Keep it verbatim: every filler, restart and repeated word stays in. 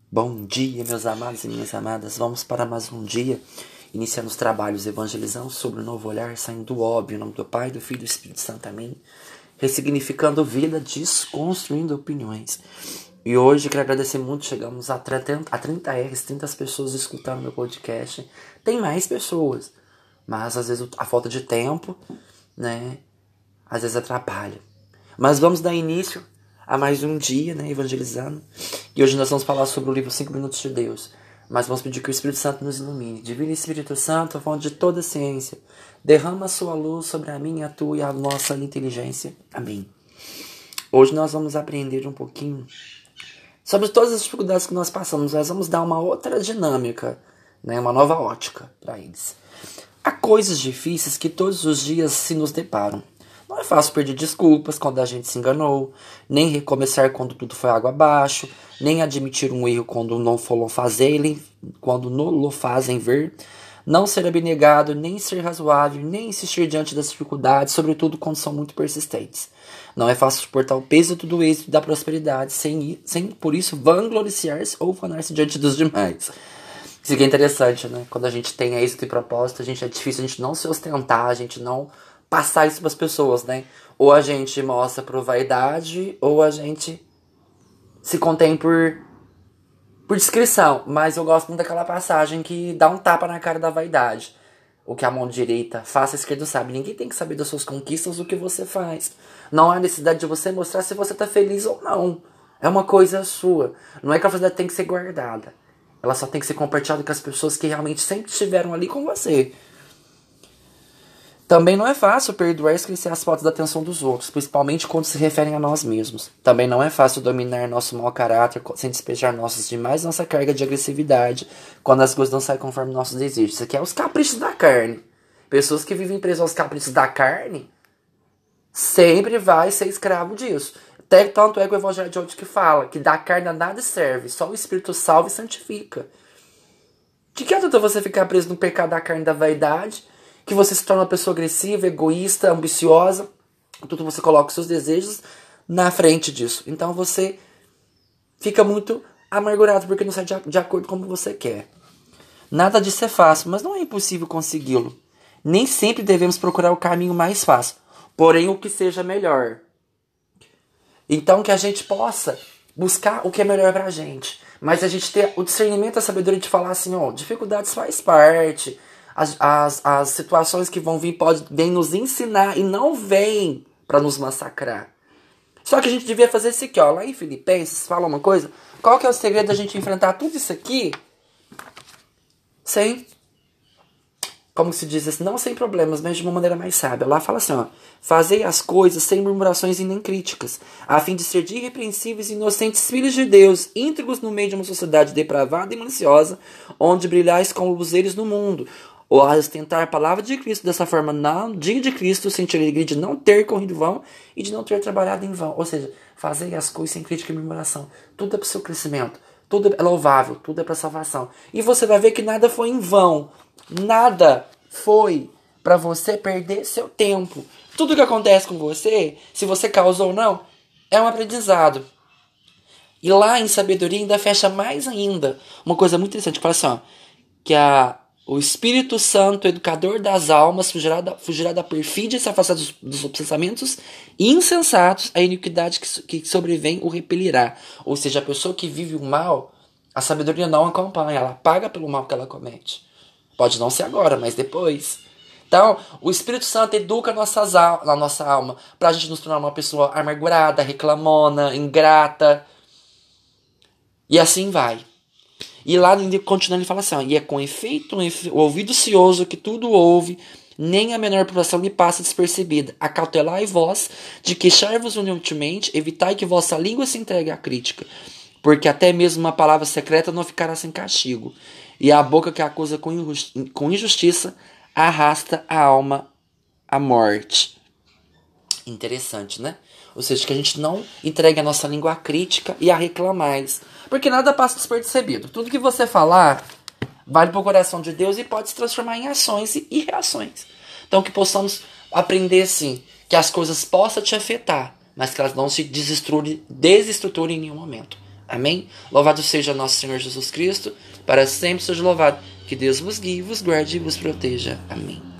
Bom dia, meus amados e minhas amadas. Vamos para mais um dia, iniciando os trabalhos evangelizando sobre o novo olhar, saindo do óbvio, em nome do Pai, do Filho e do Espírito Santo. Amém. Ressignificando vida, desconstruindo opiniões. E hoje quero agradecer muito, chegamos a trinta R's, trinta pessoas escutando meu podcast. Tem mais pessoas, mas às vezes a falta de tempo, né, às vezes atrapalha. Mas vamos dar início a mais um dia, né, evangelizando. E hoje nós vamos falar sobre o livro cinco minutos de Deus. Mas vamos pedir que o Espírito Santo nos ilumine. Divino Espírito Santo, a fonte de toda a ciência, derrama a sua luz sobre a minha, a tua e a nossa inteligência. Amém. Hoje nós vamos aprender um pouquinho sobre todas as dificuldades que nós passamos. Nós vamos dar uma outra dinâmica, né, uma nova ótica para eles. Há coisas difíceis que todos os dias se nos deparam. Não é fácil pedir desculpas quando a gente se enganou, nem recomeçar quando tudo foi água abaixo, nem admitir um erro quando não foram fazerem, quando não lo fazem ver, não ser abnegado, nem ser razoável, nem insistir diante das dificuldades, sobretudo quando são muito persistentes. Não é fácil suportar o peso de tudo isso da prosperidade, sem, sem por isso vangloriar-se ou fanar-se diante dos demais. Isso aqui é interessante, né? Quando a gente tem êxito e propósito, a gente é difícil a gente não se ostentar, a gente não passar isso para as pessoas, né? Ou a gente mostra por vaidade, ou a gente se contém por, por descrição. Mas eu gosto muito daquela passagem que dá um tapa na cara da vaidade. O que a mão direita faça, a esquerda sabe. Ninguém tem que saber das suas conquistas, o que você faz. Não há necessidade de você mostrar se você tá feliz ou não. É uma coisa sua. Não é que a felicidade tem que ser guardada. Ela só tem que ser compartilhada com as pessoas que realmente sempre estiveram ali com você. Também não é fácil perdoar e esquecer as faltas da atenção dos outros, principalmente quando se referem a nós mesmos. Também não é fácil dominar nosso mau caráter sem despejar nossos demais nossa carga de agressividade quando as coisas não saem conforme nossos desejos. Isso aqui é os caprichos da carne. Pessoas que vivem presas aos caprichos da carne sempre vai ser escravo disso. Até tanto é que o Evangelho de hoje que fala que da carne a nada serve, só o Espírito salva e santifica. De que adianta você ficar preso no pecado da carne e da vaidade, que você se torna uma pessoa agressiva, egoísta, ambiciosa, tudo você coloca os seus desejos na frente disso. Então você fica muito amargurado porque não sai de, de acordo com como você quer. Nada disso é fácil, mas não é impossível consegui-lo. Nem sempre devemos procurar o caminho mais fácil, porém o que seja melhor. Então que a gente possa buscar o que é melhor pra gente. Mas a gente ter o discernimento, a sabedoria de falar assim, ó, dificuldades faz parte. As, as, as situações que vão vir podem vem nos ensinar e não vêm para nos massacrar. Só que a gente devia fazer isso aqui, ó. Lá em Filipenses, fala uma coisa. Qual que é o segredo da gente enfrentar tudo isso aqui sem, como se diz assim, não sem problemas, mas de uma maneira mais sábia. Lá fala assim, ó. Fazei as coisas sem murmurações e nem críticas, a fim de ser de irrepreensíveis e inocentes filhos de Deus, íntegros no meio de uma sociedade depravada e maliciosa, onde brilhais como luzeiros no mundo, ou a ostentar a palavra de Cristo dessa forma, não, digno de Cristo, sentir alegria de não ter corrido vão e de não ter trabalhado em vão. Ou seja, fazer as coisas sem crítica e murmuração. Tudo é para o seu crescimento, tudo é louvável, tudo é para salvação. E você vai ver que nada foi em vão. Nada foi para você perder seu tempo. Tudo que acontece com você, se você causou ou não, é um aprendizado. E lá em sabedoria ainda fecha mais ainda. Uma coisa muito interessante, fala assim, ó, que a O Espírito Santo, educador das almas, fugirá da, fugirá da perfídia e se afastar dos, dos pensamentos insensatos, a iniquidade que, que sobrevém o repelirá. Ou seja, a pessoa que vive o mal, a sabedoria não acompanha, ela paga pelo mal que ela comete. Pode não ser agora, mas depois. Então, o Espírito Santo educa nossas al- a nossa alma para a gente nos tornar uma pessoa amargurada, reclamona, ingrata. E assim vai. E lá continuando ele fala assim, ó, e é com efeito o ouvido cioso que tudo ouve, nem a menor provação lhe passa despercebida. Acautelai vós de queixar-vos inutilmente, evitai que vossa língua se entregue à crítica, porque até mesmo uma palavra secreta não ficará sem castigo, e a boca que acusa com, injusti- com injustiça arrasta a alma à morte. Interessante, né? Ou seja, que a gente não entregue a nossa língua à crítica e a reclamais. Porque nada passa despercebido. Tudo que você falar vai para o coração de Deus e pode se transformar em ações e reações. Então que possamos aprender assim, que as coisas possam te afetar, mas que elas não se desestruturem, desestruturem em nenhum momento. Amém? Louvado seja nosso Senhor Jesus Cristo, para sempre seja louvado. Que Deus vos guie, vos guarde e vos proteja. Amém.